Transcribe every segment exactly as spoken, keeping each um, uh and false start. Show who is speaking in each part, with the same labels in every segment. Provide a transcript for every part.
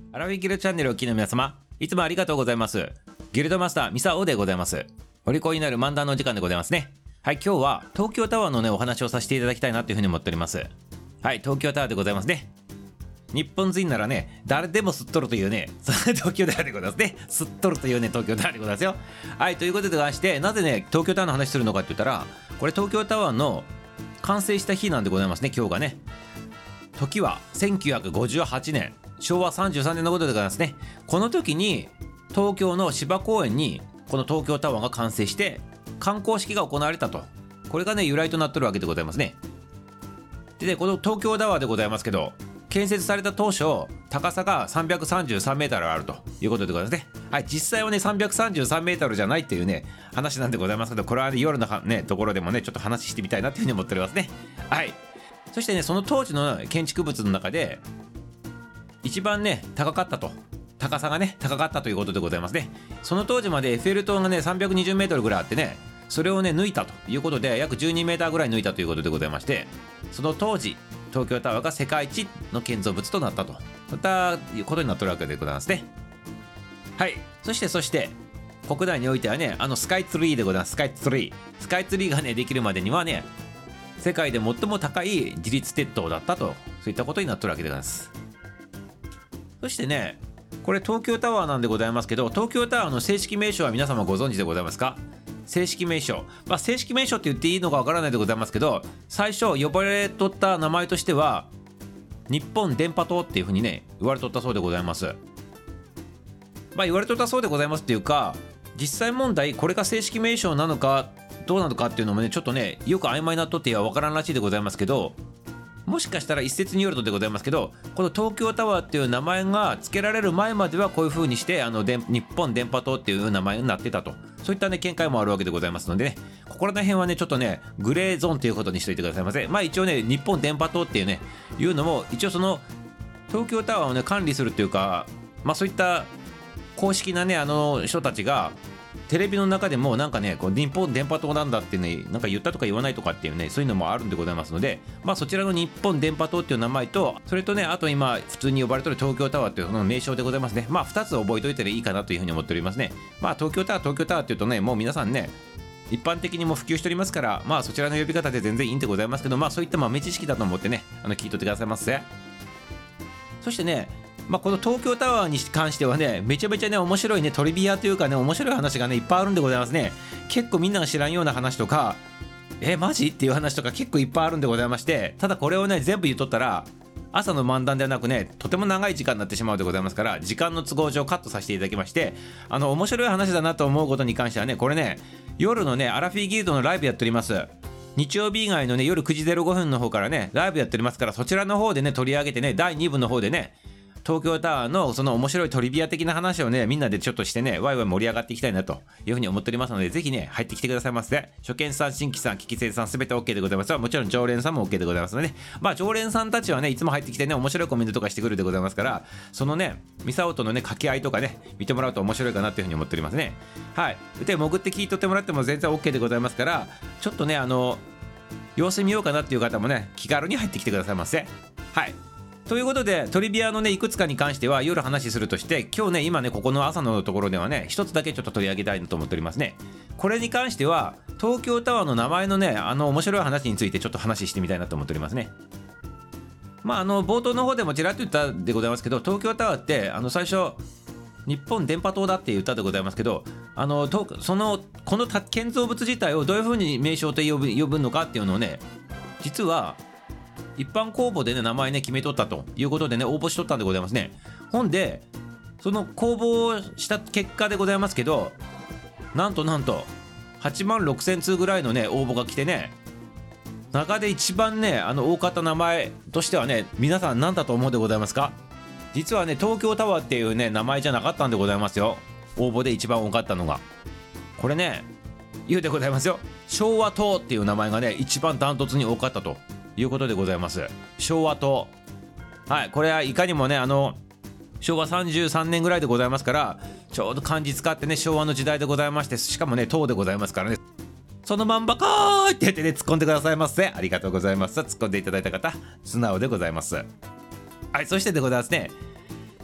Speaker 1: アラフィギルドチャンネルをお聞きの皆様、いつもありがとうございます。ギルドマスターミサオでございます。お利口になる漫談のお時間でございますね。はい、今日は東京タワーのねお話をさせていただきたいなというふうに思っております。はい、東京タワーでございますね。日本人ならね、誰でも吸っとるというね、東京タワーでございますね。吸っとるというね、東京タワーでございますよ。はい、ということでございまして、なぜね、東京タワーの話するのかって言ったら、これ東京タワーの完成した日なんでございますね、今日がね。時はせんきゅうひゃくごじゅうはちねん、しょうわさんじゅうさんねんのことでございますね。この時に東京の芝公園にこの東京タワーが完成して観光式が行われたと。これがね由来となってるわけでございますね。でね、この東京タワーでございますけど、建設された当初高さがさんびゃくさんじゅうさんメートルあるということでございますね。はい、実際はねさんびゃくさんじゅうさんメートルじゃないっていうね話なんでございますけど、これは、ね、夜のねところでもねちょっと話してみたいなっていうふうに思っておりますね。はい、そしてねその当時の建築物の中で一番ね高かったと、高さがね高かったということでございますね。その当時までエッフェル塔がねさんびゃくにじゅうメートルぐらいあってね、それをね抜いたということで約じゅうにメーターぐらい抜いたということでございまして、その当時東京タワーが世界一の建造物となったといったことになってるわけでございますね。はい、そしてそして国内においてはね、あのスカイツリーでございます。スカイツリースカイツリーがねできるまでにはね世界で最も高い自立鉄塔だったと、そういったことになってるわけでございます。そしてね、これ東京タワーなんでございますけど、東京タワーの正式名称は皆様ご存知でございますか？正式名称、まあ、正式名称って言っていいのかわからないでございますけど、最初呼ばれとった名前としては日本電波塔っていうふうにね言われとったそうでございます。まあ言われとったそうでございますっていうか、実際問題これが正式名称なのかどうなのかっていうのもねちょっとねよく曖昧なっとってはわからんらしいでございますけど、もしかしたら一説によるとでございますけど、この東京タワーっていう名前が付けられる前まではこういう風にしてあので日本電波塔っていう名前になってたと、そういったね見解もあるわけでございますのでね、ここら辺はねちょっとねグレーゾーンということにしておいてくださいませ。まあ一応ね日本電波塔っていうねいうのも一応その東京タワーをね管理するっていうか、まあそういった公式なねあの人たちがテレビの中でもなんかねこう日本電波塔なんだってねなんか言ったとか言わないとかっていうねそういうのもあるんでございますので、まあそちらの日本電波塔っていう名前と、それとねあと今普通に呼ばれてる東京タワーっていうその名称でございますね。まあふたつ覚えておいたらいいかなというふうに思っておりますね。まあ東京タワー東京タワーっていうとねもう皆さんね一般的にも普及しておりますから、まあそちらの呼び方で全然いいんでございますけど、まあそういった豆知識だと思ってねあの聞いとってくださいませ。そしてね、まあ、この東京タワーに関してはねめちゃめちゃね面白いねトリビアというかね面白い話がねいっぱいあるんでございますね。結構みんなが知らんような話とか、えマジっていう話とか結構いっぱいあるんでございまして、ただこれをね全部言っとったら朝の漫談ではなくねとても長い時間になってしまうでございますから、時間の都合上カットさせていただきまして、あの面白い話だなと思うことに関してはねこれね夜のねアラフィーギルドのライブやっております。日曜日以外のね夜くじぜろごふんの方からねライブやっておりますから、そちらの方でね取り上げてねだいにぶの方でね東京タワーのその面白いトリビア的な話をねみんなでちょっとしてねワイワイ盛り上がっていきたいなというふうに思っておりますので、ぜひね入ってきてくださいませ。初見さん新規さん聞き生さんすべて OK でございます。もちろん常連さんも OK でございますので、ね、まあ常連さんたちはねいつも入ってきてね面白いコメントとかしてくるでございますから、そのねミサオとのね掛け合いとかね見てもらうと面白いかなというふうに思っておりますね。はい、で潜って聞いとってもらっても全然 OK でございますから、ちょっとねあの様子見ようかなっていう方もね気軽に入ってきてくださいませ。はい、ということでトリビアのねいくつかに関しては夜話するとして、今日ね今ねここの朝のところではね一つだけちょっと取り上げたいなと思っておりますね。これに関しては東京タワーの名前のねあの面白い話についてちょっと話してみたいなと思っておりますね。まああの冒頭の方でもちらっと言ったでございますけど、東京タワーってあの最初日本電波塔だって言ったでございますけど、あのとそのこの建造物自体をどういうふうに名称と呼ぶ呼ぶのかっていうのをね実は一般公募でね名前ね決めとったということでね応募しとったんでございますね。ほんでその公募した結果でございますけど、なんとなんとはちまんろくせんつうぐらいのね応募が来てね、中で一番ねあの多かった名前としてはね皆さん何だと思うでございますか？実はね東京タワーっていうね名前じゃなかったんでございますよ。応募で一番多かったのがこれね言うでございますよ、昭和塔っていう名前がね一番ダントツに多かったということでございます。昭和塔、はい、これはいかにもねあのしょうわさんじゅうさんねんぐらいでございますから、ちょうど漢字使ってね昭和の時代でございまして、しかもね塔でございますからね、そのまんばかーいって言ってね突っ込んでくださいませ。ありがとうございます。突っ込んでいただいた方素直でございます。はい、そしてでございますね、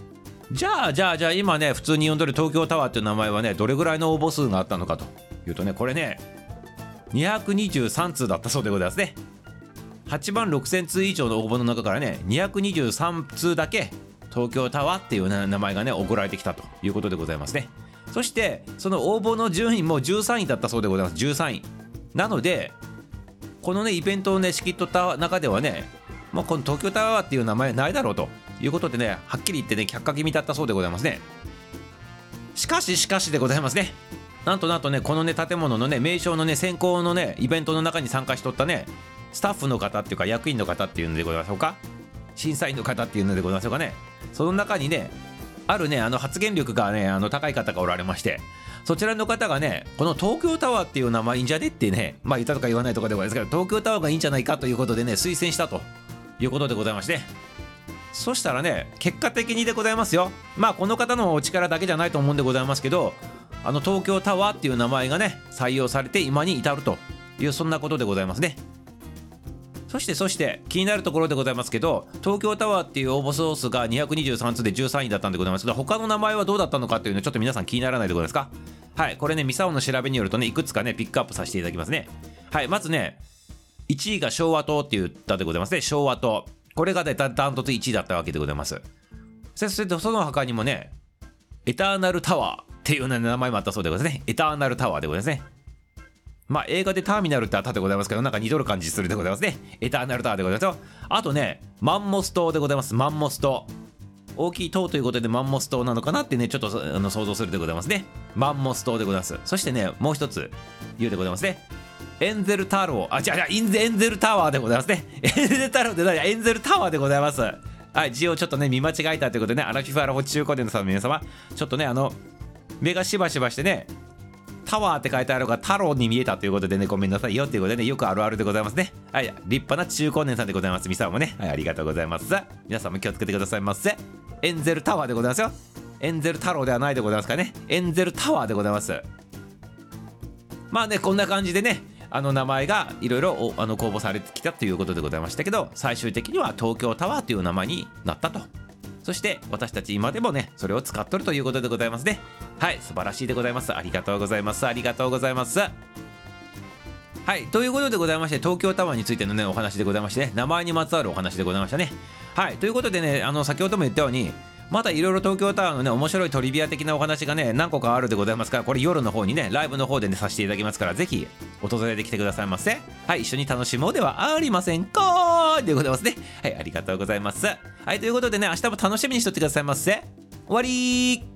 Speaker 1: じゃあじゃあじゃあ今ね普通に呼んでる東京タワーっていう名前はねどれぐらいの応募数があったのかというとね、これねにひゃくにじゅうさんつうだったそうでございますね。はちまんろくせんつう以上の応募の中からねにひゃくにじゅうさんつうだけ東京タワーっていう、ね、名前がね送られてきたということでございますね。そしてその応募の順位もじゅうさんいだったそうでございます。じゅうさんいなのでこのねイベントをね仕切っとった中ではね、もうこの東京タワーっていう名前ないだろうということでね、はっきり言ってね却下気味だったそうでございますね。しかししかしでございますね。なんとなんとねこのね建物のね名称のね選考のねイベントの中に参加しとったねスタッフの方っていうか役員の方っていうのでございましょうか、審査員の方っていうのでございましょうかね、その中にねあるねあの発言力がねあの高い方がおられまして、そちらの方がねこの東京タワーっていう名前いいんじゃねってね、まあ言ったとか言わないとかでございますけど東京タワーがいいんじゃないかということでね推薦したということでございまして、そしたらね結果的にでございますよ、まあこの方のお力だけじゃないと思うんでございますけど、あの東京タワーっていう名前がね採用されて今に至るというそんなことでございますね。そしてそして気になるところでございますけど、東京タワーっていう応募総数がにひゃくにじゅうさんつうでじゅうさんいだったんでございますけど、他の名前はどうだったのかっていうのちょっと皆さん気にならないでございますか。はい、これねミサオの調べによるとねいくつかねピックアップさせていただきますね。はい、まずねいちいが昭和島って言ったでございますね。昭和島、これがねダントツいちいだったわけでございます。そしてその他にもねエターナルタワーっていう、ね、名前もあったそうでございますね。エターナルタワーでございますね。まあ映画でターミナルってあったでございますけど、なんか似とる感じするでございますね。エターナルタワーでございますよ。あとねマンモス島でございます。マンモス島、大きい島ということでマンモス島なのかなってねちょっとあの想像するでございますね。マンモス島でございます。そしてねもう一つ言うでございますね。エンゼルタロー、あ、違う違うエンゼルタワーでございますね。エンゼルタローって何や、エンゼルタワーでございます。はい、字をちょっとね見間違えたということでね、アラフィフアラフォ中高年のさんの皆様ちょっとねあの目がしばしばしてねタワーって書いてあるが太郎に見えたということでねごめんなさいよということでね、よくあるあるでございますね。はい、立派な中高年さんでございます。ミサオもね、はい、ありがとうございます。皆さんも気をつけてくださいませ。エンゼルタワーでございますよ。エンゼル太郎ではないでございますからね、エンゼルタワーでございます。まあねこんな感じでねあの名前がいろいろ公募されてきたということでございましたけど、最終的には東京タワーという名前になったと。そして私たち今でもねそれを使っとるということでございますね。はい、素晴らしいでございます。ありがとうございます。ありがとうございます。はい、ということでございまして東京タワーについてのねお話でございましてね、名前にまつわるお話でございましたね。はい、ということでねあの先ほども言ったようにまだいろいろ東京タワーのね面白いトリビア的なお話がね何個かあるでございますから、これ夜の方にねライブの方でねさせていただきますから、ぜひ訪れてきてくださいませ。はい、一緒に楽しもうではありませんかでございますね。はい、ありがとうございます。はい、ということでね明日も楽しみにしとってくださいませ。終わりー。